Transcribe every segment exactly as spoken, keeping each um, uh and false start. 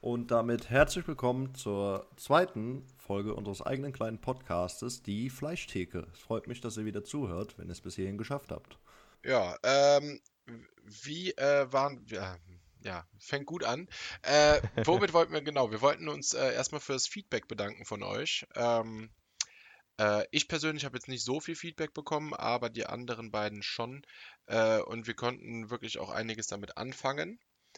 Und damit herzlich willkommen zur zweiten Folge unseres eigenen kleinen Podcastes, die Fleischtheke. Es freut mich, dass ihr wieder zuhört, wenn ihr es bis hierhin geschafft habt. Ja, ähm, wie äh, waren wir? Ja, fängt gut an. Äh, womit wollten wir genau? Wir wollten uns äh, erstmal für das Feedback bedanken von euch. Ähm, äh, ich persönlich habe jetzt nicht so viel Feedback bekommen, aber die anderen beiden schon. Äh, und wir konnten wirklich auch einiges damit anfangen.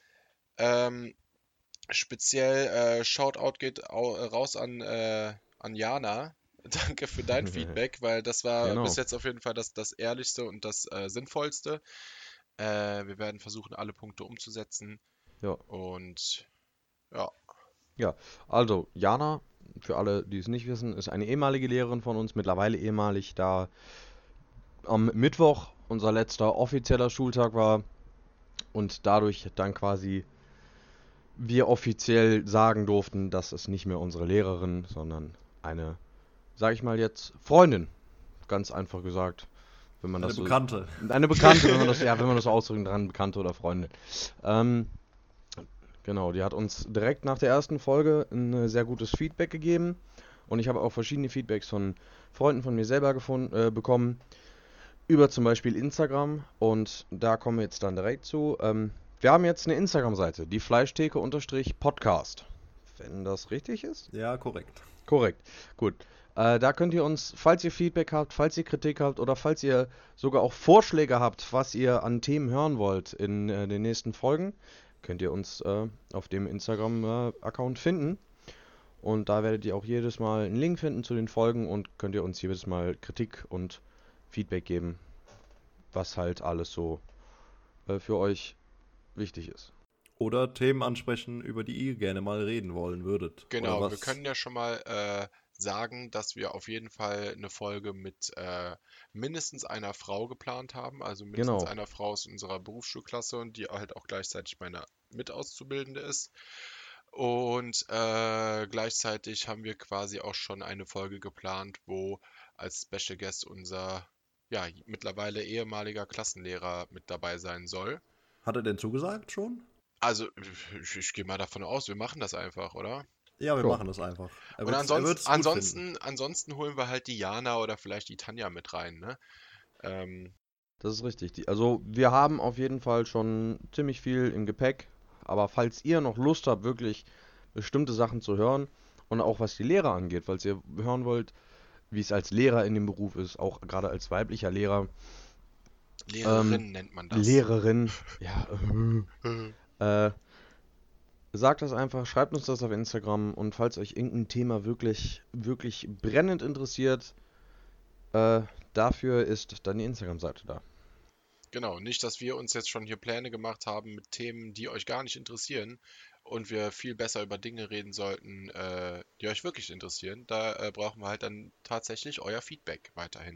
Ähm, speziell äh, Shoutout geht au raus an, äh, an Jana. Danke für dein Feedback, weil das war bis Genau. jetzt auf jeden Fall das, das Ehrlichste und das äh, Sinnvollste. Äh, wir werden versuchen, alle Punkte umzusetzen. Ja. Und ja, Ja, also Jana, für alle, die es nicht wissen, ist eine ehemalige Lehrerin von uns, mittlerweile ehemalig, da am Mittwoch unser letzter offizieller Schultag war und dadurch dann quasi wir offiziell sagen durften, dass es nicht mehr unsere Lehrerin, sondern eine, sag ich mal jetzt, Freundin, ganz einfach gesagt, wenn man Eine das so, Bekannte. eine Bekannte, wenn man das, ja, wenn man das so ausdrücken kann, Bekannte oder Freundin. Ähm, Genau, die hat uns direkt nach der ersten Folge ein äh, sehr gutes Feedback gegeben. Und ich habe auch verschiedene Feedbacks von Freunden von mir selber gefunden, äh, bekommen. Über zum Beispiel Instagram. Und da kommen wir jetzt dann direkt zu. Ähm, wir haben jetzt eine Instagram-Seite, die Fleischtheke-Podcast. Wenn das richtig ist? Ja, korrekt. Korrekt. Gut. Äh, da könnt ihr uns, falls ihr Feedback habt, falls ihr Kritik habt oder falls ihr sogar auch Vorschläge habt, was ihr an Themen hören wollt in äh, den nächsten Folgen, könnt ihr uns äh, auf dem Instagram-Account finden. Und da werdet ihr auch jedes Mal einen Link finden zu den Folgen und könnt ihr uns jedes Mal Kritik und Feedback geben, was halt alles so äh, für euch wichtig ist. Oder Themen ansprechen, über die ihr gerne mal reden wollen würdet. Oder genau. Wir was. können ja schon mal äh, sagen, dass wir auf jeden Fall eine Folge mit äh, mindestens einer Frau geplant haben. Also mindestens Genau. einer Frau aus unserer Berufsschulklasse und die halt auch gleichzeitig meine Mitauszubildende ist. Und äh, gleichzeitig haben wir quasi auch schon eine Folge geplant, wo als Special Guest unser ja, mittlerweile ehemaliger Klassenlehrer mit dabei sein soll. Hat er denn zugesagt schon? Also, ich, ich gehe mal davon aus, wir machen das einfach, oder? Ja, wir Ja. machen das einfach. Er Und wird's, er ansonsten, wird's gut finden. ansonsten, ansonsten holen wir halt die Jana oder vielleicht die Tanja mit rein, ne? Ähm, Das ist richtig. Die, also wir haben auf jeden Fall schon ziemlich viel im Gepäck, aber falls ihr noch Lust habt, wirklich bestimmte Sachen zu hören und auch was die Lehrer angeht, falls ihr hören wollt, wie es als Lehrer in dem Beruf ist, auch gerade als weiblicher Lehrer, Lehrerin ähm, nennt man das. Lehrerin, ja, äh, sagt das einfach, schreibt uns das auf Instagram und falls euch irgendein Thema wirklich, wirklich brennend interessiert, äh, dafür ist dann die Instagram-Seite da. Genau, nicht, dass wir uns jetzt schon hier Pläne gemacht haben mit Themen, die euch gar nicht interessieren und wir viel besser über Dinge reden sollten, äh, die euch wirklich interessieren. Da äh, brauchen wir halt dann tatsächlich euer Feedback weiterhin.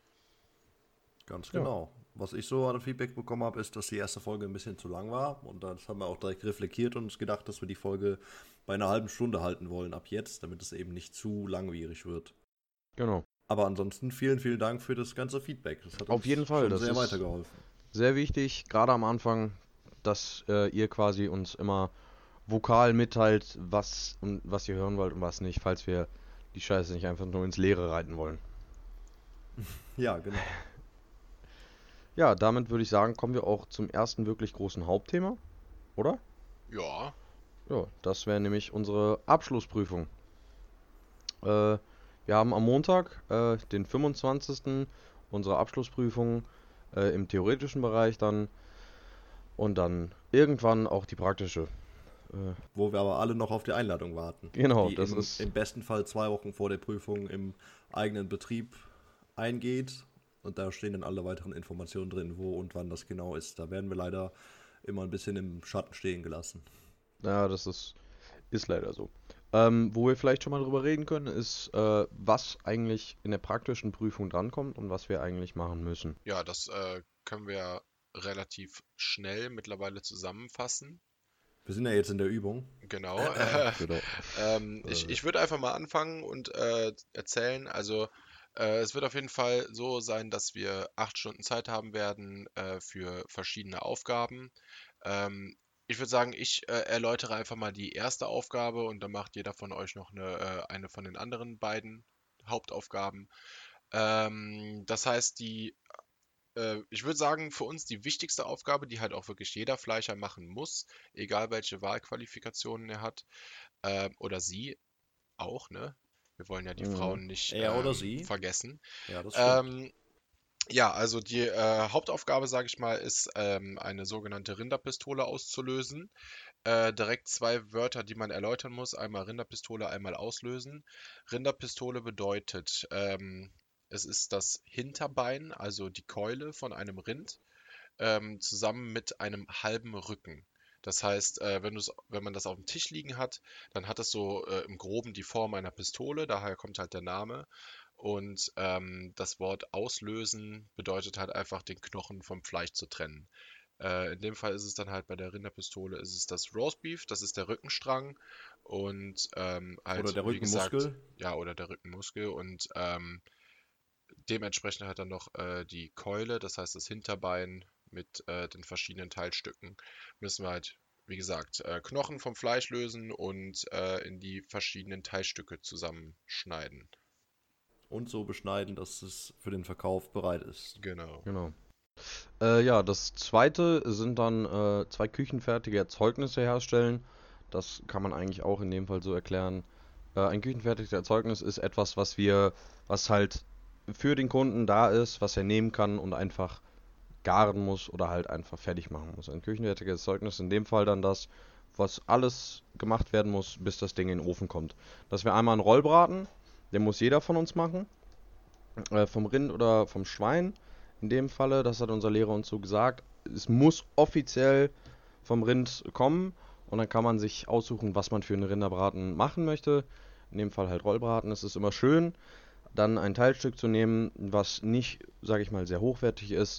Ganz Ja. genau. Was ich so an Feedback bekommen habe, ist, dass die erste Folge ein bisschen zu lang war. Und das haben wir auch direkt reflektiert und uns gedacht, dass wir die Folge bei einer halben Stunde halten wollen ab jetzt, damit es eben nicht zu langwierig wird. Genau. Aber ansonsten vielen, vielen Dank für das ganze Feedback. Das hat Auf uns jeden Fall, schon das sehr ist weitergeholfen. sehr wichtig, gerade am Anfang, dass äh, ihr quasi uns immer vokal mitteilt, was und was ihr hören wollt und was nicht, falls wir die Scheiße nicht einfach nur ins Leere reiten wollen. Ja, genau. Ja, damit würde ich sagen, kommen wir auch zum ersten wirklich großen Hauptthema, oder? Ja, Ja, das wäre nämlich unsere Abschlussprüfung. Äh, wir haben am Montag, äh, den fünfundzwanzigsten unsere Abschlussprüfung äh, im theoretischen Bereich dann und dann irgendwann auch die praktische. Äh, Wo wir aber alle noch auf die Einladung warten. Genau, Die das im, ist im besten Fall zwei Wochen vor der Prüfung im eigenen Betrieb eingeht. Und da stehen dann alle weiteren Informationen drin, wo und wann das genau ist. Da werden wir leider immer ein bisschen im Schatten stehen gelassen. Ja, das ist, ist leider so. Ähm, wo wir vielleicht schon mal drüber reden können, ist, äh, was eigentlich in der praktischen Prüfung drankommt und was wir eigentlich machen müssen. ja, das äh, können wir relativ schnell mittlerweile zusammenfassen. Wir sind ja jetzt in der Übung. Genau. Genau. Ähm, ich Äh, ich würde einfach mal anfangen und äh, erzählen. Also äh, es wird auf jeden Fall so sein, dass wir acht Stunden Zeit haben werden äh, für verschiedene Aufgaben. Ähm, Ich würde sagen, ich äh, erläutere einfach mal die erste Aufgabe und dann macht jeder von euch noch eine, äh, eine von den anderen beiden Hauptaufgaben. Ähm, das heißt, die, äh, ich würde sagen, für uns die wichtigste Aufgabe, die halt auch wirklich jeder Fleischer machen muss, egal welche Wahlqualifikationen er hat, äh, oder sie auch, ne? Wir wollen ja die Mhm. Frauen nicht Er oder ähm, sie? vergessen. Ja, das stimmt. Ähm, ja, also die äh, Hauptaufgabe, sage ich mal, ist ähm, eine sogenannte Rinderpistole auszulösen. Äh, direkt zwei Wörter, die man erläutern muss. Einmal Rinderpistole, einmal auslösen. Rinderpistole bedeutet, ähm, es ist das Hinterbein, also die Keule von einem Rind, ähm, zusammen mit einem halben Rücken. Das heißt, äh, wenn du's, wenn man das auf dem Tisch liegen hat, dann hat es so äh, im Groben die Form einer Pistole, daher kommt halt der Name. Und ähm, das Wort auslösen bedeutet halt einfach, den Knochen vom Fleisch zu trennen. Äh, in dem Fall ist es dann halt bei der Rinderpistole ist es das Roastbeef, das ist der Rückenstrang und ähm, Oder halt, der wie gesagt, Rückenmuskel. ja, oder der Rückenmuskel und ähm, dementsprechend halt dann noch äh, die Keule, das heißt das Hinterbein mit äh, den verschiedenen Teilstücken. Müssen wir halt, wie gesagt, äh, Knochen vom Fleisch lösen und äh, in die verschiedenen Teilstücke zusammenschneiden. Und so beschneiden, dass es für den Verkauf bereit ist. Genau. Genau. Äh, ja, das zweite sind dann äh, zwei küchenfertige Erzeugnisse herstellen. Das kann man eigentlich auch in dem Fall so erklären. Äh, ein küchenfertiges Erzeugnis ist etwas, was wir, was halt für den Kunden da ist, was er nehmen kann und einfach garen muss oder halt einfach fertig machen muss. Ein küchenfertiges Erzeugnis ist in dem Fall dann das, was alles gemacht werden muss, bis das Ding in den Ofen kommt. Das wäre einmal ein Rollbraten, den muss jeder von uns machen, äh, vom Rind oder vom Schwein. In dem Falle, das hat unser Lehrer uns so gesagt, es muss offiziell vom Rind kommen und dann kann man sich aussuchen, was man für einen Rinderbraten machen möchte. In dem Fall halt Rollbraten. Es ist immer schön, dann ein Teilstück zu nehmen, was nicht, sage ich mal, sehr hochwertig ist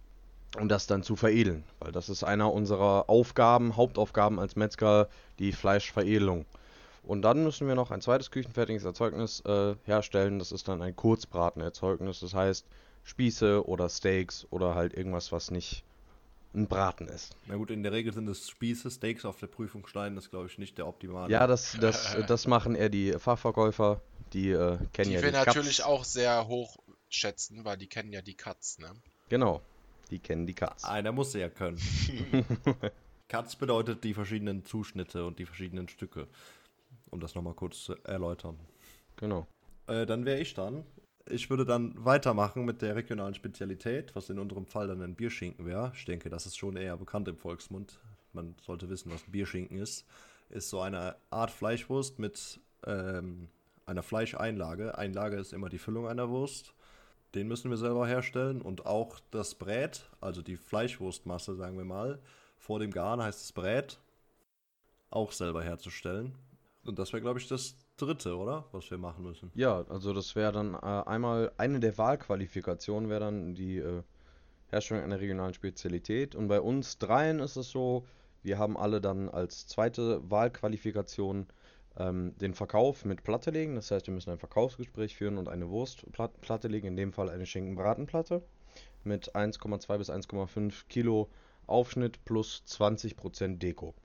und das dann zu veredeln, weil das ist einer unserer Aufgaben, Hauptaufgaben als Metzger, die Fleischveredelung. Und dann müssen wir noch ein zweites küchenfertiges Erzeugnis äh, herstellen. Das ist dann ein Kurzbratenerzeugnis. Das heißt Spieße oder Steaks oder halt irgendwas, was nicht ein Braten ist. Na gut, in der Regel sind es Spieße, Steaks auf der Prüfung schneiden, das ist, glaube ich, nicht der optimale. Ja, das, das, das machen eher die Fachverkäufer. Die äh, kennen Die ja wir die natürlich Cuts. auch sehr hoch schätzen, weil die kennen ja die Cuts, ne? Genau, die kennen die Cuts. Einer muss ja können. Cuts bedeutet die verschiedenen Zuschnitte und die verschiedenen Stücke. Um das nochmal kurz zu erläutern. Genau. Äh, dann wäre ich dran. Ich würde dann weitermachen mit der regionalen Spezialität, was in unserem Fall dann ein Bierschinken wäre. Ich denke, das ist schon eher bekannt im Volksmund. Man sollte wissen, was ein Bierschinken ist. Ist so eine Art Fleischwurst mit ähm, einer Fleischeinlage. Einlage ist immer die Füllung einer Wurst. Den müssen wir selber herstellen. Und auch das Brät, also die Fleischwurstmasse, sagen wir mal, vor dem Garen heißt es Brät, auch selber herzustellen. Und das wäre, glaube ich, das dritte, oder? Was wir machen müssen. Ja, also das wäre dann äh, einmal eine der Wahlqualifikationen, wäre dann die äh, Herstellung einer regionalen Spezialität. Und bei uns dreien ist es so, wir haben alle dann als zweite Wahlqualifikation ähm, den Verkauf mit Platte legen. Das heißt, wir müssen ein Verkaufsgespräch führen und eine Wurstplatte legen, in dem Fall eine Schinkenbratenplatte mit eins Komma zwei bis eins Komma fünf Kilo Aufschnitt plus zwanzig Prozent Deko.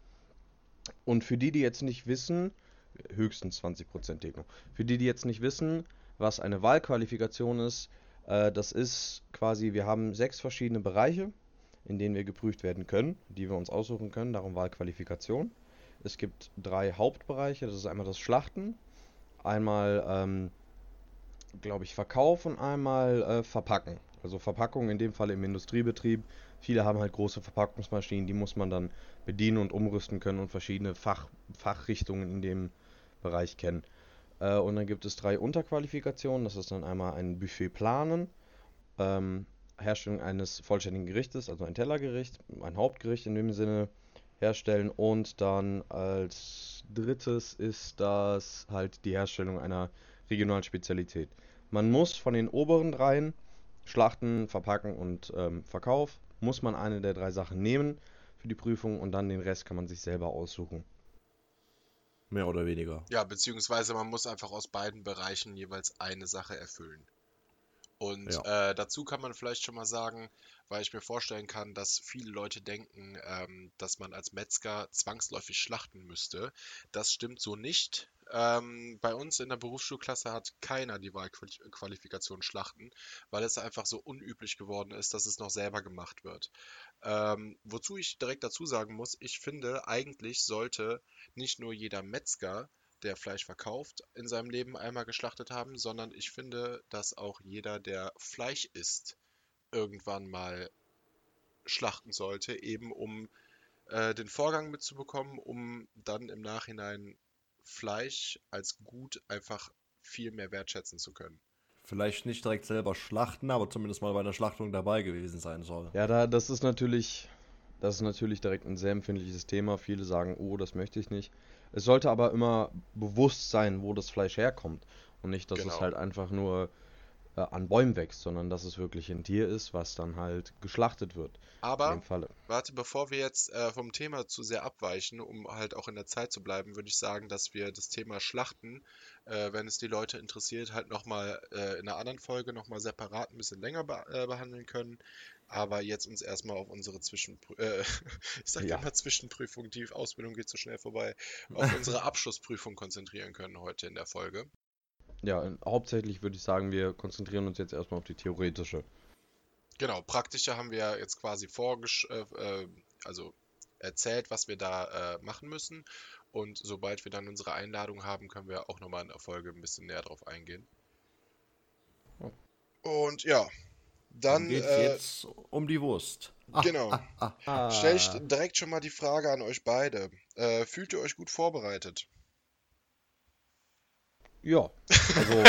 Und für die, die jetzt nicht wissen, höchstens zwanzig Prozent Deko. Für die, die jetzt nicht wissen, was eine Wahlqualifikation ist, äh, das ist quasi, wir haben sechs verschiedene Bereiche, in denen wir geprüft werden können, die wir uns aussuchen können, darum Wahlqualifikation. Es gibt drei Hauptbereiche, das ist einmal das Schlachten, einmal, ähm, glaube ich, Verkauf und einmal äh, Verpacken. Also Verpackung in dem Fall im Industriebetrieb. Viele haben halt große Verpackungsmaschinen, die muss man dann bedienen und umrüsten können und verschiedene Fach, Fachrichtungen in dem Bereich kennen. Äh, und dann gibt es drei Unterqualifikationen. Das ist dann einmal ein Buffet planen, ähm, Herstellung eines vollständigen Gerichtes, also ein Tellergericht, ein Hauptgericht in dem Sinne herstellen. Und dann als drittes ist das halt die Herstellung einer regionalen Spezialität. Man muss von den oberen dreien, Schlachten, Verpacken und ähm, Verkauf, muss man eine der drei Sachen nehmen für die Prüfung und dann den Rest kann man sich selber aussuchen. Mehr oder weniger. Ja, beziehungsweise man muss einfach aus beiden Bereichen jeweils eine Sache erfüllen. Und Ja. äh, dazu kann man vielleicht schon mal sagen, weil ich mir vorstellen kann, dass viele Leute denken, ähm, dass man als Metzger zwangsläufig schlachten müsste. Das stimmt so nicht. Ähm, bei uns in der Berufsschulklasse hat keiner die Wahlqualifikation Schlachten, weil es einfach so unüblich geworden ist, dass es noch selber gemacht wird. Ähm, wozu ich direkt dazu sagen muss, ich finde, eigentlich sollte nicht nur jeder Metzger, der Fleisch verkauft, in seinem Leben einmal geschlachtet haben, sondern ich finde, dass auch jeder, der Fleisch isst, irgendwann mal schlachten sollte, eben um äh, den Vorgang mitzubekommen, um dann im Nachhinein Fleisch als Gut einfach viel mehr wertschätzen zu können. Vielleicht nicht direkt selber schlachten, aber zumindest mal bei einer Schlachtung dabei gewesen sein soll. Ja, da, das ist natürlich, das ist natürlich direkt ein sehr empfindliches Thema. Viele sagen, oh, das möchte ich nicht. Es sollte aber immer bewusst sein, wo das Fleisch herkommt. Und nicht, dass es Genau. halt einfach nur äh, an Bäumen wächst, sondern dass es wirklich ein Tier ist, was dann halt geschlachtet wird. In dem Aber, Falle. warte, bevor wir jetzt äh, vom Thema zu sehr abweichen, um halt auch in der Zeit zu bleiben, würde ich sagen, dass wir das Thema Schlachten, äh, wenn es die Leute interessiert, halt nochmal äh, in einer anderen Folge nochmal separat ein bisschen länger be äh, behandeln können. Aber jetzt uns erstmal auf unsere Zwischenprüfung, äh, ich sage Ja. immer Zwischenprüfung, die Ausbildung geht so schnell vorbei, auf unsere Abschlussprüfung konzentrieren können heute in der Folge. Ja, in- hauptsächlich würde ich sagen, wir konzentrieren uns jetzt erstmal auf die theoretische. Genau, praktischer haben wir jetzt quasi vorgesch äh, äh, also erzählt, was wir da äh, machen müssen. Und sobald wir dann unsere Einladung haben, können wir auch nochmal in der Folge ein bisschen näher drauf eingehen. Ja. Und ja, Dann dann, geht's äh, jetzt um die Wurst. Ah, genau, ah, ah. stelle ich Ah, direkt schon mal die Frage an euch beide. Äh, fühlt ihr euch gut vorbereitet? ja, also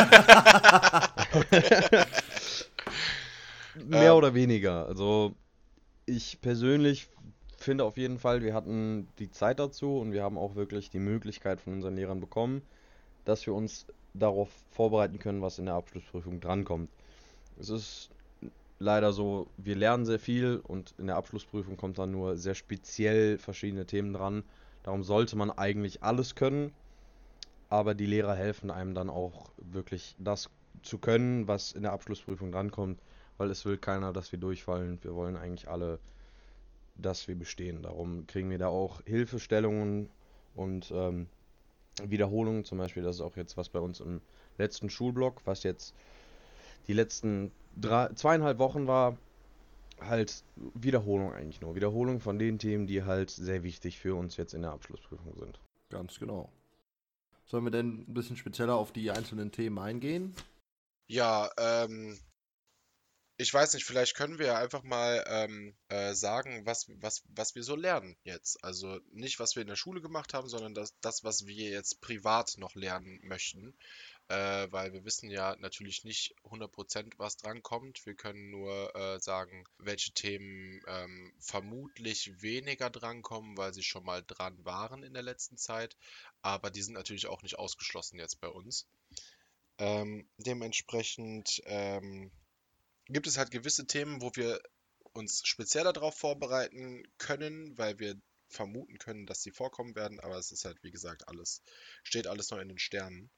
mehr Ähm, oder weniger. Also ich persönlich finde auf jeden Fall, wir hatten die Zeit dazu und wir haben auch wirklich die Möglichkeit von unseren Lehrern bekommen, dass wir uns darauf vorbereiten können, was in der Abschlussprüfung drankommt. Es ist leider so, wir lernen sehr viel und in der Abschlussprüfung kommt dann nur sehr speziell verschiedene Themen dran. Darum sollte man eigentlich alles können, aber die Lehrer helfen einem dann auch wirklich das zu können, was in der Abschlussprüfung drankommt, weil es will keiner, dass wir durchfallen. Wir wollen eigentlich alle, dass wir bestehen. Darum kriegen wir da auch Hilfestellungen und ähm, Wiederholungen. Zum Beispiel, das ist auch jetzt was bei uns im letzten Schulblock, was jetzt die letzten drei, zweieinhalb Wochen war, halt Wiederholung eigentlich nur. Wiederholung von den Themen, die halt sehr wichtig für uns jetzt in der Abschlussprüfung sind. Ganz genau. Sollen wir denn ein bisschen spezieller auf die einzelnen Themen eingehen? ja, ähm, ich weiß nicht, vielleicht können wir ja einfach mal ähm, äh, sagen, was, was, was wir so lernen jetzt. Also nicht, was wir in der Schule gemacht haben, sondern das, das, was wir jetzt privat noch lernen möchten. Äh, weil wir wissen ja natürlich nicht hundert Prozent, was drankommt. Wir können nur äh, sagen, welche Themen ähm, vermutlich weniger drankommen, weil sie schon mal dran waren in der letzten Zeit. Aber die sind natürlich auch nicht ausgeschlossen jetzt bei uns. Ähm, dementsprechend ähm, gibt es halt gewisse Themen, wo wir uns speziell darauf vorbereiten können, weil wir vermuten können, dass sie vorkommen werden, aber es ist halt, wie gesagt, alles, steht alles noch in den Sternen.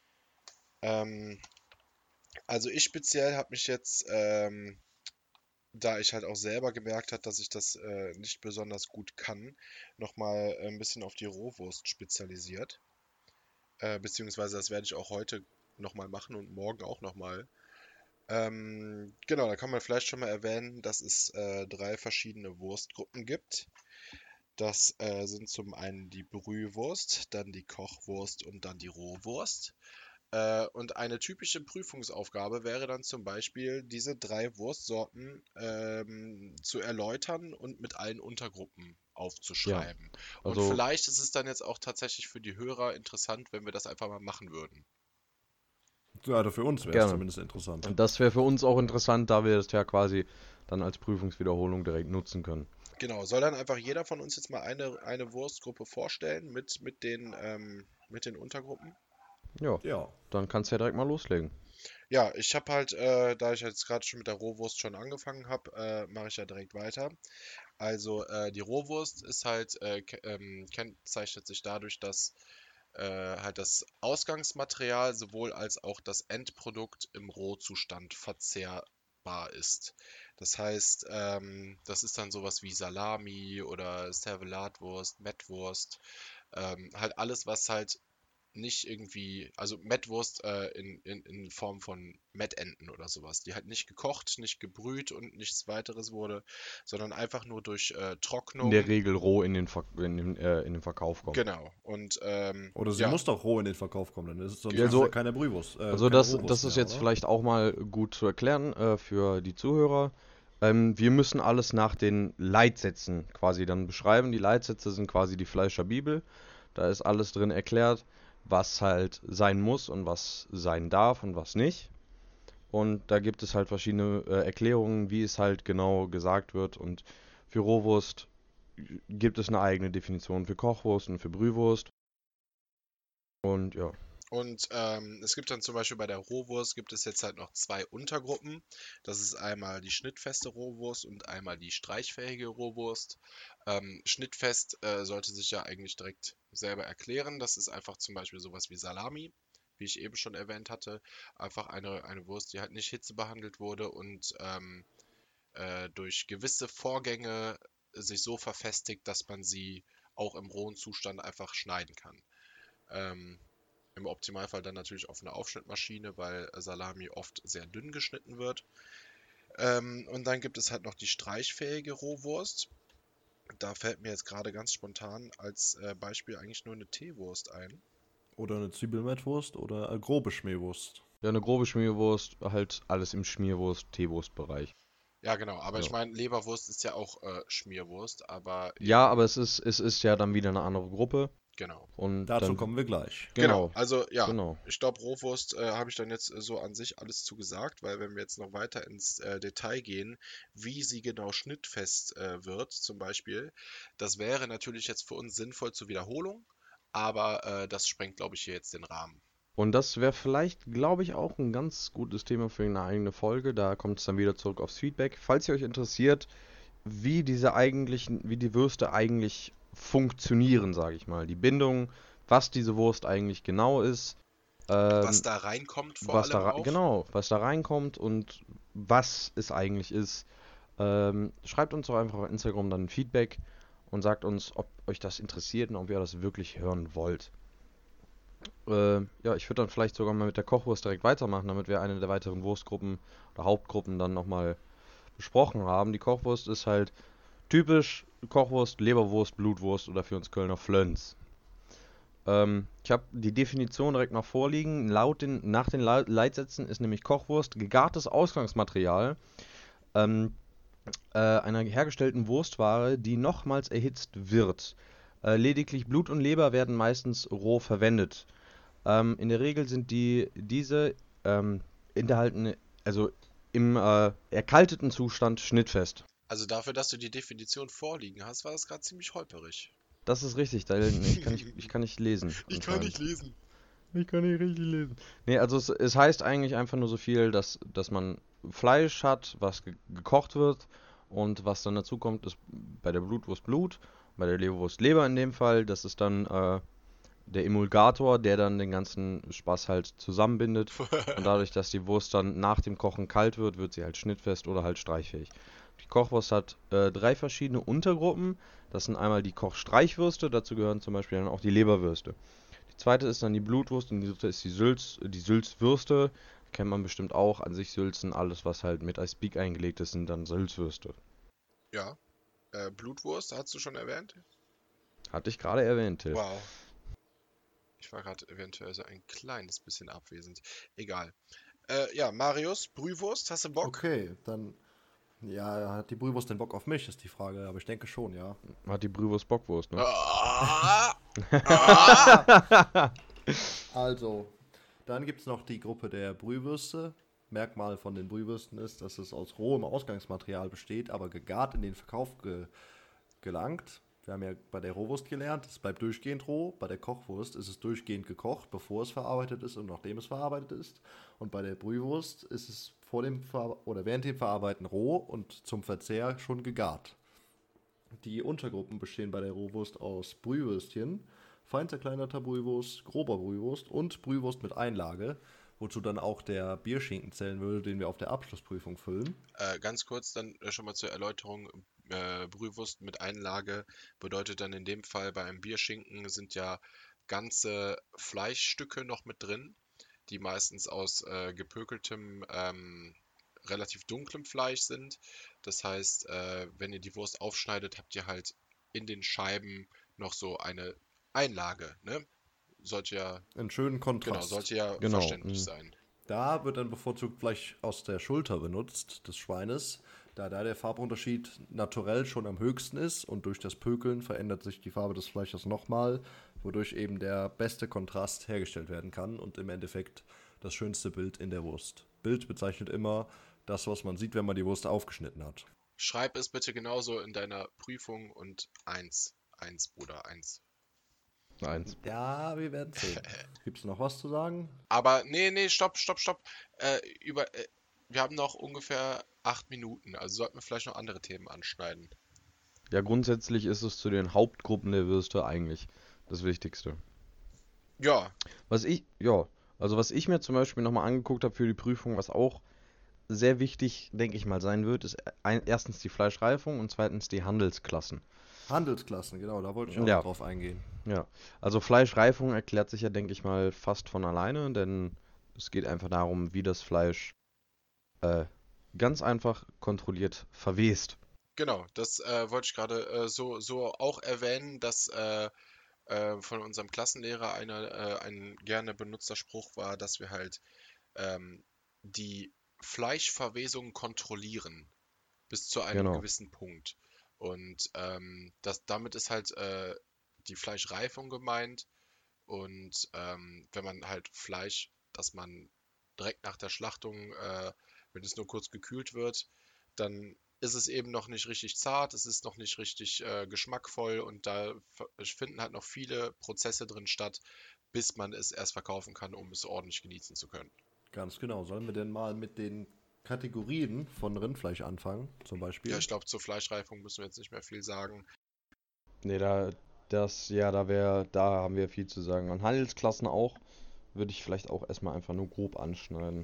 Ähm, also ich speziell habe mich jetzt, ähm, da ich halt auch selber gemerkt habe, dass ich das äh, nicht besonders gut kann, nochmal ein bisschen auf die Rohwurst spezialisiert. Äh, beziehungsweise das werde ich auch heute nochmal machen und morgen auch nochmal. Ähm, genau, da kann man vielleicht schon mal erwähnen, dass es äh, drei verschiedene Wurstgruppen gibt. Das äh, sind zum einen die Brühwurst, dann die Kochwurst und dann die Rohwurst. Äh, und eine typische Prüfungsaufgabe wäre dann zum Beispiel, diese drei Wurstsorten ähm, zu erläutern und mit allen Untergruppen Ja, aufzuschreiben. Und also vielleicht ist es dann jetzt auch tatsächlich für die Hörer interessant, wenn wir das einfach mal machen würden. Ja, also für uns wäre es gerne. zumindest interessant. Und das wäre für uns auch interessant, da wir das ja quasi dann als Prüfungswiederholung direkt nutzen können. Genau, soll dann einfach jeder von uns jetzt mal eine, eine Wurstgruppe vorstellen mit, mit den, ähm, mit den Untergruppen? Ja, Ja. dann kannst du ja direkt mal loslegen. Ja, ich habe halt, äh, da ich jetzt gerade schon mit der Rohwurst schon angefangen habe, äh, mache ich ja direkt weiter. Also äh, die Rohwurst ist halt, äh, ke- ähm, kennzeichnet sich dadurch, dass äh, halt das Ausgangsmaterial sowohl als auch das Endprodukt im Rohzustand verzehrbar ist. Das heißt, ähm, das ist dann sowas wie Salami oder Servelatwurst, Mettwurst, ähm, halt alles, was halt nicht irgendwie, also Mettwurst äh, in, in, in Form von Mettenten oder sowas, die halt nicht gekocht, nicht gebrüht und nichts weiteres wurde, sondern einfach nur durch äh, In der Trocknung. Regel roh in den, Ver in den, äh, in den Verkauf kommt. Genau. Und ähm, Oder sie ja, muss doch roh in den Verkauf kommen, denn das ist, sonst Ja, ist es ja so, keine Brühwurst, äh, also keine das, Rohwurst das ist mehr, jetzt oder? vielleicht auch mal gut zu erklären äh, für die Zuhörer. Ähm, wir müssen alles nach den Leitsätzen quasi dann beschreiben. Die Leitsätze sind quasi die Fleischerbibel. Da ist alles drin erklärt, was halt sein muss und was sein darf und was nicht. Und da gibt es halt verschiedene äh, Erklärungen, wie es halt genau gesagt wird. Und für Rohwurst gibt es eine eigene Definition für Kochwurst und für Brühwurst. Und ja. und ähm, es gibt dann zum Beispiel bei der Rohwurst gibt es jetzt halt noch zwei Untergruppen. Das ist einmal die schnittfeste Rohwurst und einmal die streichfähige Rohwurst. Ähm, schnittfest äh, sollte sich ja eigentlich direkt selber erklären. Das ist einfach zum Beispiel sowas wie Salami, wie ich eben schon erwähnt hatte. Einfach eine, eine Wurst, die halt nicht hitzebehandelt wurde und ähm, äh, durch gewisse Vorgänge sich so verfestigt, dass man sie auch im rohen Zustand einfach schneiden kann. Ähm, Im Optimalfall dann natürlich auf einer Aufschnittmaschine, weil Salami oft sehr dünn geschnitten wird. Ähm, und dann gibt es halt noch die streichfähige Rohwurst. Da fällt mir jetzt gerade ganz spontan als äh, Beispiel eigentlich nur eine Teewurst ein. Oder eine Zwiebelmettwurst oder eine grobe Schmähwurst. Ja, eine grobe Schmierwurst, halt alles im Schmierwurst-, Teewurstbereich. Ja, genau, aber ich Ja. meine, Leberwurst ist ja auch äh, Schmierwurst, aber Ja, eben, aber es ist, es ist ja dann wieder eine andere Gruppe. genau. Und Dazu dann, kommen wir gleich. Genau, genau, also ja, genau. ich glaube, Rohwurst äh, habe ich dann jetzt äh, so an sich alles zu gesagt, weil wenn wir jetzt noch weiter ins äh, Detail gehen, wie sie genau schnittfest äh, wird, zum Beispiel, das wäre natürlich jetzt für uns sinnvoll zur Wiederholung, aber äh, das sprengt, glaube ich, hier jetzt den Rahmen. Und das wäre vielleicht, glaube ich, auch ein ganz gutes Thema für eine eigene Folge. Da kommt es dann wieder zurück aufs Feedback. Falls ihr euch interessiert, wie diese eigentlichen, wie die Würste eigentlich funktionieren, sage ich mal. Die Bindung, was diese Wurst eigentlich genau ist, Was ähm, da reinkommt vor was da, allem rei- auch. genau, was da reinkommt und was es eigentlich ist. Ähm, schreibt uns doch einfach auf Instagram dann ein Feedback und sagt uns, ob euch das interessiert und ob ihr das wirklich hören wollt. Äh, ja, ich würde dann vielleicht sogar mal mit der Kochwurst direkt weitermachen, damit wir eine der weiteren Wurstgruppen oder Hauptgruppen dann nochmal besprochen haben. Die Kochwurst ist halt typisch Kochwurst, Leberwurst, Blutwurst oder für uns Kölner Flöns. Ähm, ich habe die Definition direkt noch vorliegen. Laut den, nach den Le Leitsätzen ist nämlich Kochwurst gegartes Ausgangsmaterial ähm, äh, einer hergestellten Wurstware, die nochmals erhitzt wird. Äh, lediglich Blut und Leber werden meistens roh verwendet. Ähm, in der Regel sind die diese ähm, enthalten, also im äh, erkalteten Zustand schnittfest. Also dafür, dass du die Definition vorliegen hast, war das gerade ziemlich holperig. Das ist richtig, da, ich kann nicht, ich kann nicht lesen Ich kann nicht anscheinend. lesen. Ich kann nicht richtig lesen. Nee, also es, es heißt eigentlich einfach nur so viel, dass, dass man Fleisch hat, was ge gekocht wird und was dann dazu kommt, ist bei der Blutwurst Blut, bei der Leberwurst Leber in dem Fall, das ist dann äh, der Emulgator, der dann den ganzen Spaß halt zusammenbindet und dadurch, dass die Wurst dann nach dem Kochen kalt wird, wird sie halt schnittfest oder halt streichfähig. Die Kochwurst hat äh, drei verschiedene Untergruppen. Das sind einmal die Kochstreichwürste, dazu gehören zum Beispiel dann auch die Leberwürste. Die zweite ist dann die Blutwurst und die dritte ist die Sülz, die Sülzwürste. Kennt man bestimmt auch. An sich Sülzen, alles was halt mit als Speak eingelegt ist, sind dann Sülzwürste. Ja, äh, Blutwurst, hast du schon erwähnt? Hatte ich gerade erwähnt, Till. Wow. Ich war gerade eventuell so ein kleines bisschen abwesend. Egal. Äh, ja, Marius, Brühwurst, hast du Bock? Okay, dann. Ja, hat die Brühwurst den Bock auf mich, ist die Frage, aber ich denke schon, ja. Hat die Brühwurst Bockwurst, ne? Ah, ah. Also, dann gibt es noch die Gruppe der Brühwürste. Merkmal von den Brühwürsten ist, dass es aus rohem Ausgangsmaterial besteht, aber gegart in den Verkauf ge gelangt. Wir haben ja bei der Rohwurst gelernt, es bleibt durchgehend roh. Bei der Kochwurst ist es durchgehend gekocht, bevor es verarbeitet ist und nachdem es verarbeitet ist. Und bei der Brühwurst ist es vor dem Ver oder während dem Verarbeiten roh und zum Verzehr schon gegart. Die Untergruppen bestehen bei der Rohwurst aus Brühwürstchen, fein zerkleinerter Brühwurst, grober Brühwurst und Brühwurst mit Einlage, wozu dann auch der Bierschinken zählen würde, den wir auf der Abschlussprüfung füllen. Äh, ganz kurz dann äh, schon mal zur Erläuterung. Äh, Brühwurst mit Einlage bedeutet dann in dem Fall bei einem Bierschinken sind ja ganze Fleischstücke noch mit drin, die meistens aus äh, gepökeltem, ähm, relativ dunklem Fleisch sind. Das heißt, äh, wenn ihr die Wurst aufschneidet, habt ihr halt in den Scheiben noch so eine Einlage, ne? Sollte ja, Einen schönen genau, Kontrast. sollte ja Genau, verständlich mm. sein. Da wird dann bevorzugt Fleisch aus der Schulter benutzt, des Schweines, da da der Farbunterschied naturell schon am höchsten ist und durch das Pökeln verändert sich die Farbe des Fleisches nochmal, wodurch eben der beste Kontrast hergestellt werden kann und im Endeffekt das schönste Bild in der Wurst. Bild bezeichnet immer das, was man sieht, wenn man die Wurst aufgeschnitten hat. Schreib es bitte genauso in deiner Prüfung und eins, eins, Bruder, eins. Eins. Ja, wir werden sehen. Gibt es noch was zu sagen? Aber nee, nee, stopp, stopp, stopp. Äh, über, äh, wir haben noch ungefähr acht Minuten, also sollten wir vielleicht noch andere Themen anschneiden. Ja, grundsätzlich ist es zu den Hauptgruppen der Würste eigentlich das Wichtigste. Ja, Was ich, ja, also was ich mir zum Beispiel nochmal angeguckt habe für die Prüfung, was auch sehr wichtig, denke ich mal, sein wird, ist ein, erstens die Fleischreifung und zweitens die Handelsklassen. Handelsklassen, genau, da wollte ich auch Ja. noch drauf eingehen. Ja, also Fleischreifung erklärt sich ja, denke ich mal, fast von alleine, denn es geht einfach darum, wie das Fleisch äh, ganz einfach kontrolliert verwest. genau, das äh, wollte ich gerade äh, so, so auch erwähnen, dass äh, äh, von unserem Klassenlehrer einer, äh, ein gerne benutzter Spruch war, dass wir halt ähm, die Fleischverwesung kontrollieren bis zu einem Genau. gewissen Punkt. Und ähm, das, damit ist halt äh, die Fleischreifung gemeint. Und ähm, wenn man halt Fleisch, dass man direkt nach der Schlachtung, äh, wenn es nur kurz gekühlt wird, dann ist es eben noch nicht richtig zart, es ist noch nicht richtig äh, geschmackvoll und da f- finden halt noch viele Prozesse drin statt, bis man es erst verkaufen kann, um es ordentlich genießen zu können. Ganz genau. Sollen wir denn mal mit den Kategorien von Rindfleisch anfangen, zum Beispiel? Ja, ich glaube, zur Fleischreifung müssen wir jetzt nicht mehr viel sagen. Nee, da, das, ja, da wäre, da haben wir viel zu sagen. An Handelsklassen auch, würde ich vielleicht auch erstmal einfach nur grob anschneiden.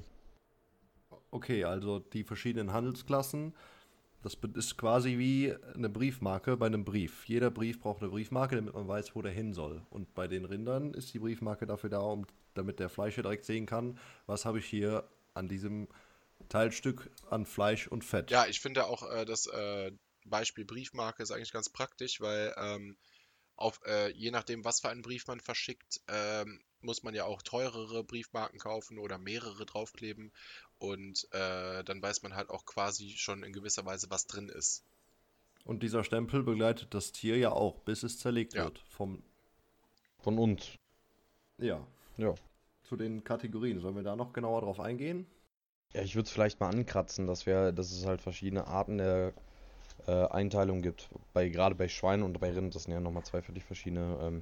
Okay, also die verschiedenen Handelsklassen, das be- ist quasi wie eine Briefmarke bei einem Brief. Jeder Brief braucht eine Briefmarke, damit man weiß, wo der hin soll. Und bei den Rindern ist die Briefmarke dafür da, um, damit der Fleischer direkt sehen kann, was habe ich hier an diesem Teilstück an Fleisch und Fett. Ja, ich finde auch äh, das äh, Beispiel Briefmarke ist eigentlich ganz praktisch, weil ähm, auf, äh, je nachdem, was für einen Brief man verschickt, ähm, muss man ja auch teurere Briefmarken kaufen oder mehrere draufkleben. Und äh, dann weiß man halt auch quasi schon in gewisser Weise, was drin ist. Und dieser Stempel begleitet das Tier ja auch, bis es zerlegt Ja. wird. Vom, Von uns. ja, Ja. zu den Kategorien. Sollen wir da noch genauer drauf eingehen? Ja, ich würde es vielleicht mal ankratzen, dass wir, dass es halt verschiedene Arten der äh, Einteilung gibt. Bei, gerade bei Schweinen und bei Rind, das sind ja nochmal zwei völlig verschiedene ähm,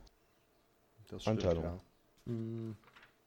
Das Einteilung. ja. Hm.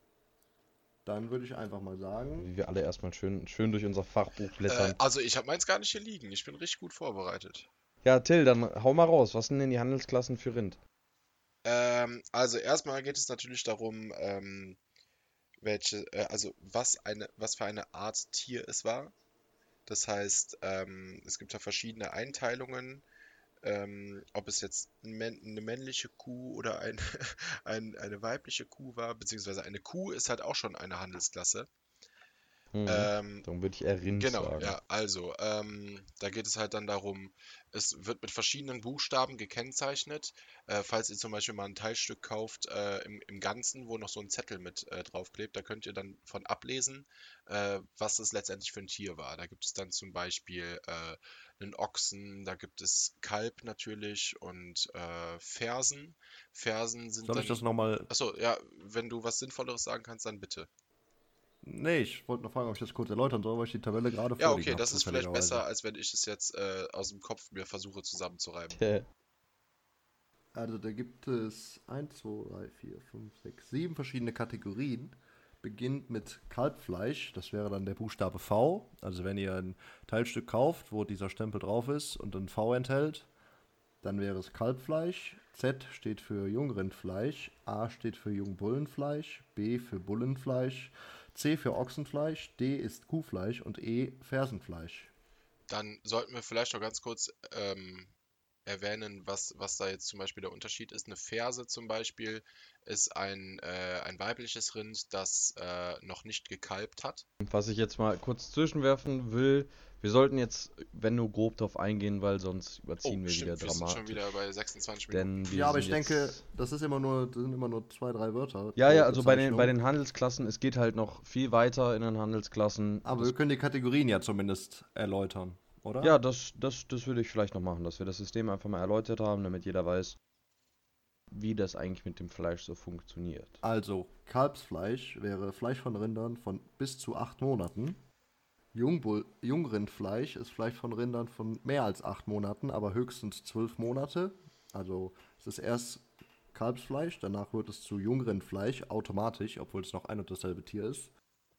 Dann würde ich einfach mal sagen, wie wir alle erstmal schön, schön durch unser Fachbuch Äh, blättern. also ich habe meins gar nicht hier liegen. Ich bin richtig gut vorbereitet. Ja, Till, dann hau mal raus. Was sind denn die Handelsklassen für Rind? Ähm, also erstmal geht es natürlich darum, ähm, welche, äh, also was eine, was für eine Art Tier es war. Das heißt, ähm, es gibt da verschiedene Einteilungen, ähm, ob es jetzt ein Männ- eine männliche Kuh oder ein, ein, eine weibliche Kuh war, beziehungsweise eine Kuh ist halt auch schon eine Handelsklasse. Mhm. Ähm, Darum würde ich eher Rind Genau, sagen. ja, also, ähm, da geht es halt dann darum, es wird mit verschiedenen Buchstaben gekennzeichnet. Äh, falls ihr zum Beispiel mal ein Teilstück kauft, äh, im, im Ganzen, wo noch so ein Zettel mit äh, draufklebt, da könnt ihr dann von ablesen, äh, was es letztendlich für ein Tier war. Da gibt es dann zum Beispiel äh, einen Ochsen, da gibt es Kalb natürlich und äh, Fersen. Fersen sind soll ich dann. das nochmal. Achso, ja, wenn du was Sinnvolleres sagen kannst, dann bitte. Nee, ich wollte noch fragen, ob ich das kurz erläutern soll, weil ich die Tabelle gerade Ja, vorliegen okay, habe, das ist vielleicht zufälligerweise. besser, als wenn ich es jetzt äh, aus dem Kopf mir versuche zusammenzureiben. Tja. Also da gibt es eins, zwei, drei, vier, fünf, sechs, sieben verschiedene Kategorien. Beginnt mit Kalbfleisch, das wäre dann der Buchstabe V. Also wenn ihr ein Teilstück kauft, wo dieser Stempel drauf ist und ein V enthält, Dann wäre es Kalbfleisch. Z steht für Jungrindfleisch. A steht für Jungbullenfleisch. B für Bullenfleisch. C für Ochsenfleisch. D ist Kuhfleisch. Und E Fersenfleisch. Dann sollten wir vielleicht noch ganz kurz ähm, erwähnen, was, was da jetzt zum Beispiel der Unterschied ist. Eine Ferse zum Beispiel ist ein, äh, ein weibliches Rind, das äh, noch nicht gekalbt hat. Was ich jetzt mal kurz zwischenwerfen will, wir sollten jetzt, wenn nur grob drauf eingehen, weil sonst überziehen Oh, wir wieder stimmt, wir sind dramatisch. schon wieder bei sechsundzwanzig Minuten. Denn wir Ja, aber sind ich denke, jetzt... das ist immer nur, das sind immer nur zwei, drei Wörter. Ja, pro ja, also bei den, bei Bezeichnung. den Handelsklassen, es geht halt noch viel weiter in den Handelsklassen. Aber Das, wir können die Kategorien ja zumindest erläutern, oder? ja, das, das, das würde ich vielleicht noch machen, dass wir das System einfach mal erläutert haben, damit jeder weiß, wie das eigentlich mit dem Fleisch so funktioniert. Also, Kalbsfleisch wäre Fleisch von Rindern von bis zu acht Monaten. Jungbull Jungrindfleisch ist Fleisch von Rindern von mehr als acht Monaten, aber höchstens zwölf Monate. Also es ist erst Kalbsfleisch, danach wird es zu Jungrindfleisch, automatisch, obwohl es noch ein und dasselbe Tier ist.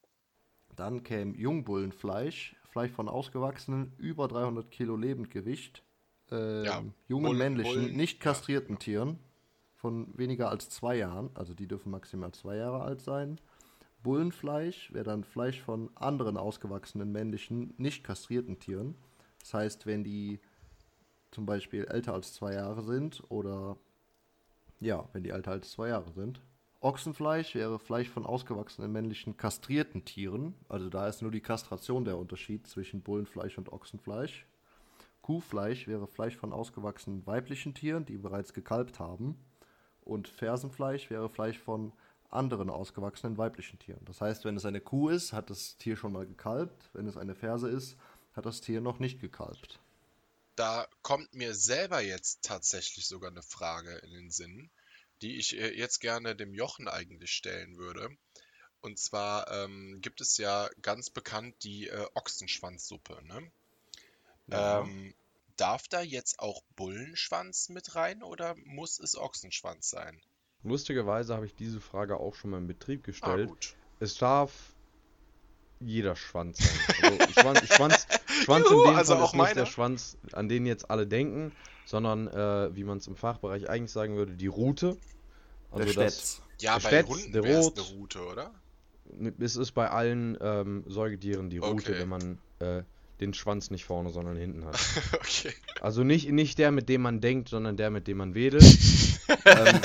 Dann käme Jungbullenfleisch, Fleisch von ausgewachsenen, über dreihundert Kilo Lebendgewicht, ähm, Ja, jungen Bullen- männlichen, Bullen- nicht ja, kastrierten Tieren von weniger als zwei Jahren, also die dürfen maximal zwei Jahre alt sein. Bullenfleisch wäre dann Fleisch von anderen ausgewachsenen männlichen, nicht kastrierten Tieren. Das heißt, wenn die zum Beispiel älter als zwei Jahre sind oder ja, wenn die älter als zwei Jahre sind. Ochsenfleisch wäre Fleisch von ausgewachsenen männlichen kastrierten Tieren. Also da ist nur die Kastration der Unterschied zwischen Bullenfleisch und Ochsenfleisch. Kuhfleisch wäre Fleisch von ausgewachsenen weiblichen Tieren, die bereits gekalbt haben. Und Fersenfleisch wäre Fleisch von anderen ausgewachsenen weiblichen Tieren. Das heißt, wenn es eine Kuh ist, hat das Tier schon mal gekalbt. Wenn es eine Ferse ist, hat das Tier noch nicht gekalbt. Da kommt mir selber jetzt tatsächlich sogar eine Frage in den Sinn, die ich äh, jetzt gerne dem Jochen eigentlich stellen würde. Und zwar ähm, gibt es ja ganz bekannt die äh, Ochsenschwanzsuppe, ne? Ja. Ähm, darf da jetzt auch Bullenschwanz mit rein oder muss es Ochsenschwanz sein? Lustigerweise habe ich diese Frage auch schon mal im Betrieb Ah, gestellt. gut. Es darf jeder Schwanz sein. Also Schwanz, Schwanz, Schwanz in Juhu, dem also Fall auch ist nicht der meiner? Schwanz, an den jetzt alle denken, sondern, äh, wie man es im Fachbereich eigentlich sagen würde, die Rute. Der Also das, Stetz. Ja, der bei Stetz, Hunden der wäre es Rot. eine Rute, oder? es ist bei allen ähm, Säugetieren die Rute, Okay. wenn man äh, den Schwanz nicht vorne, sondern hinten hat. Okay. Also nicht, nicht der, mit dem man denkt, sondern der, mit dem man wedelt. ähm,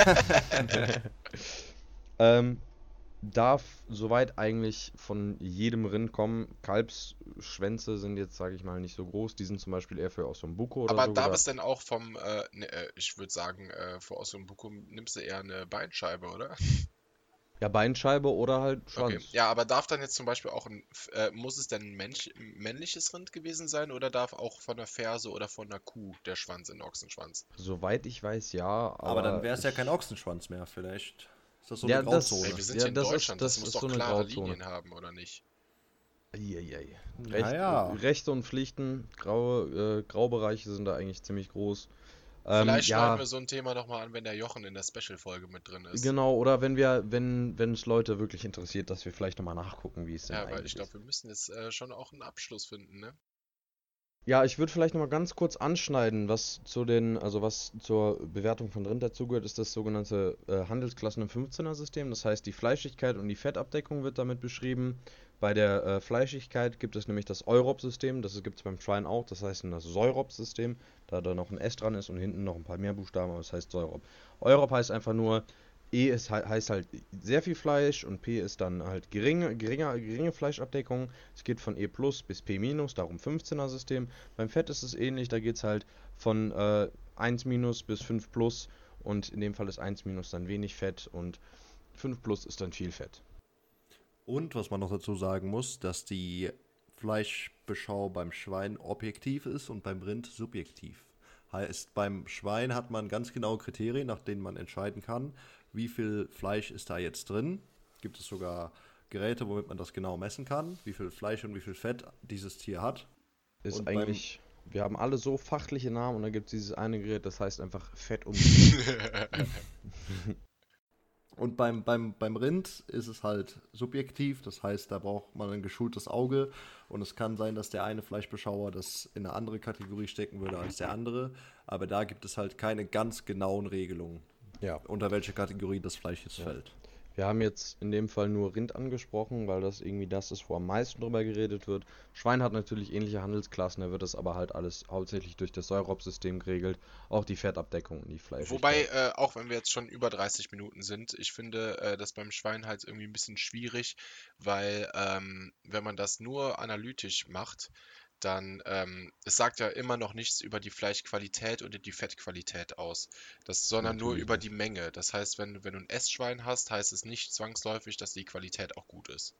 ähm, darf soweit eigentlich von jedem Rind kommen. Kalbsschwänze sind jetzt, sage ich mal, nicht so groß. Die sind zum Beispiel eher für Ossobuco oder Aber so darf gedacht. es denn auch vom, äh, ne, äh, ich würde sagen, äh, für Ossobuco nimmst du eher eine Beinscheibe, oder? Ja, Beinscheibe oder halt Okay. Schwanz. Ja, aber darf dann jetzt zum Beispiel auch ein, äh, muss es denn ein Mensch, männliches Rind gewesen sein oder darf auch von der Ferse oder von der Kuh der Schwanz in den Ochsenschwanz? Soweit ich weiß, ja. Aber, Aber dann wäre es ja ich- kein Ochsenschwanz mehr, vielleicht. Ist das so Ja, eine das- Grauzone? Ey, wir sind Ja, hier in das ist- Deutschland, das, das muss ist doch so eine klare Grauzone. Linien haben, oder nicht? Eieiei. Recht, Naja. Rechte und Pflichten, graue, äh, Graubereiche sind da eigentlich ziemlich groß. Ähm, Vielleicht ja, schneiden wir so ein Thema nochmal an, wenn der Jochen in der Special-Folge mit drin ist. genau, oder wenn wir, wenn, wenn es Leute wirklich interessiert, dass wir vielleicht nochmal nachgucken, wie es denn Ja, weil eigentlich ich glaube, ist. wir müssen jetzt äh, schon auch einen Abschluss finden, ne? Ja, ich würde vielleicht nochmal ganz kurz anschneiden, was zu den, also was zur Bewertung von Rind dazugehört, ist das sogenannte äh, Handelsklassen im fünfzehner-System. Das heißt, die Fleischigkeit und die Fettabdeckung wird damit beschrieben. Bei der äh, Fleischigkeit gibt es nämlich das Europ-System, das gibt es beim Schwein auch, das heißt das Säurop-System, da da noch ein S dran ist und hinten noch ein paar mehr Buchstaben, aber es heißt Säurop. Europ heißt einfach nur, E ist, he- heißt halt sehr viel Fleisch und P ist dann halt geringe, geringe, geringe Fleischabdeckung. Es geht von E plus bis P minus, darum fünfzehner-System. Beim Fett ist es ähnlich, da geht es halt von äh, eins minus bis fünf plus und in dem Fall ist eins minus dann wenig Fett und fünf plus ist dann viel Fett. Und was man noch dazu sagen muss, dass die Fleischbeschau beim Schwein objektiv ist und beim Rind subjektiv. Heißt, beim Schwein hat man ganz genaue Kriterien, nach denen man entscheiden kann, wie viel Fleisch ist da jetzt drin. Gibt es sogar Geräte, womit man das genau messen kann, wie viel Fleisch und wie viel Fett dieses Tier hat. Ist Und beim- eigentlich, wir haben alle so fachliche Namen und da gibt es dieses eine Gerät, das heißt einfach Fett und Und beim, beim, beim Rind ist es halt subjektiv, das heißt, da braucht man ein geschultes Auge und es kann sein, dass der eine Fleischbeschauer das in eine andere Kategorie stecken würde als der andere, aber da gibt es halt keine ganz genauen Regelungen, Ja. unter welche Kategorie das Fleisch jetzt Ja. fällt. Wir haben jetzt in dem Fall nur Rind angesprochen, weil das irgendwie das ist, wo am meisten drüber geredet wird. Schwein hat natürlich ähnliche Handelsklassen, da wird das aber halt alles hauptsächlich durch das Säurob-System geregelt. Auch die Fettabdeckung und die Wobei, Fleischigkeit. äh, auch wenn wir jetzt schon über dreißig Minuten sind, ich finde äh, das beim Schwein halt irgendwie ein bisschen schwierig, weil ähm, wenn man das nur analytisch macht, dann ähm, es sagt ja immer noch nichts über die Fleischqualität oder die Fettqualität aus, das, sondern nur Natürlich über nicht. die Menge. Das heißt, wenn, wenn du ein Essschwein hast, heißt es nicht zwangsläufig, dass die Qualität auch gut ist.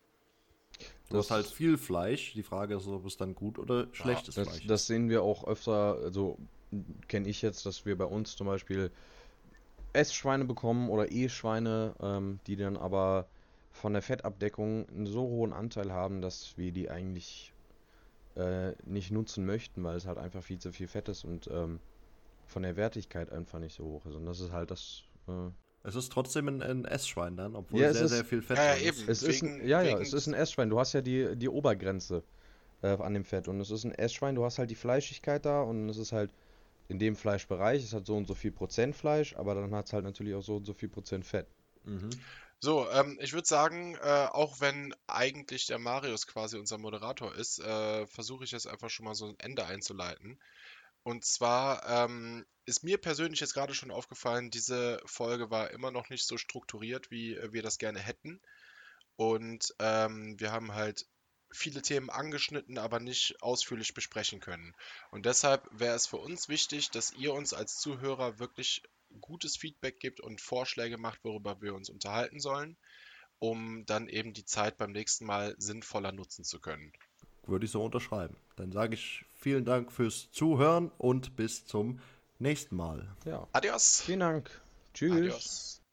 Du hast halt Das, viel Fleisch, die Frage ist, ob es dann gut oder Ja, schlechtes das, Fleisch das ist. sehen wir auch öfter, also kenne ich jetzt, dass wir bei uns zum Beispiel Essschweine bekommen oder E-Schweine, ähm, die dann aber von der Fettabdeckung einen so hohen Anteil haben, dass wir die eigentlich äh, nicht nutzen möchten, weil es halt einfach viel zu viel Fett ist und ähm, von der Wertigkeit einfach nicht so hoch ist. Und das ist halt das. Äh, Es ist trotzdem ein, ein Essschwein dann, obwohl ja, es sehr, sehr ist, viel Fett ja, ja drin ist. eben, es ist ein, wegen, ja, ja, wegen, es ist ein Essschwein. Du hast ja die, die Obergrenze äh, an dem Fett und es ist ein Essschwein. Du hast halt die Fleischigkeit da und es ist halt in dem Fleischbereich, es hat so und so viel Prozent Fleisch, aber dann hat es halt natürlich auch so und so viel Prozent Fett. Mhm. So, ähm, ich würde sagen, äh, auch wenn eigentlich der Marius quasi unser Moderator ist, äh, versuche ich jetzt einfach schon mal so ein Ende einzuleiten. Und zwar ähm, ist mir persönlich jetzt gerade schon aufgefallen, diese Folge war immer noch nicht so strukturiert, wie äh, wir das gerne hätten. Und ähm, wir haben halt viele Themen angeschnitten, aber nicht ausführlich besprechen können. Und deshalb wäre es für uns wichtig, dass ihr uns als Zuhörer wirklich gutes Feedback gibt und Vorschläge macht, worüber wir uns unterhalten sollen, um dann eben die Zeit beim nächsten Mal sinnvoller nutzen zu können. Würde ich so unterschreiben. Dann sage ich vielen Dank fürs Zuhören und bis zum nächsten Mal. Ja, Adios! vielen Dank. Tschüss. Adios!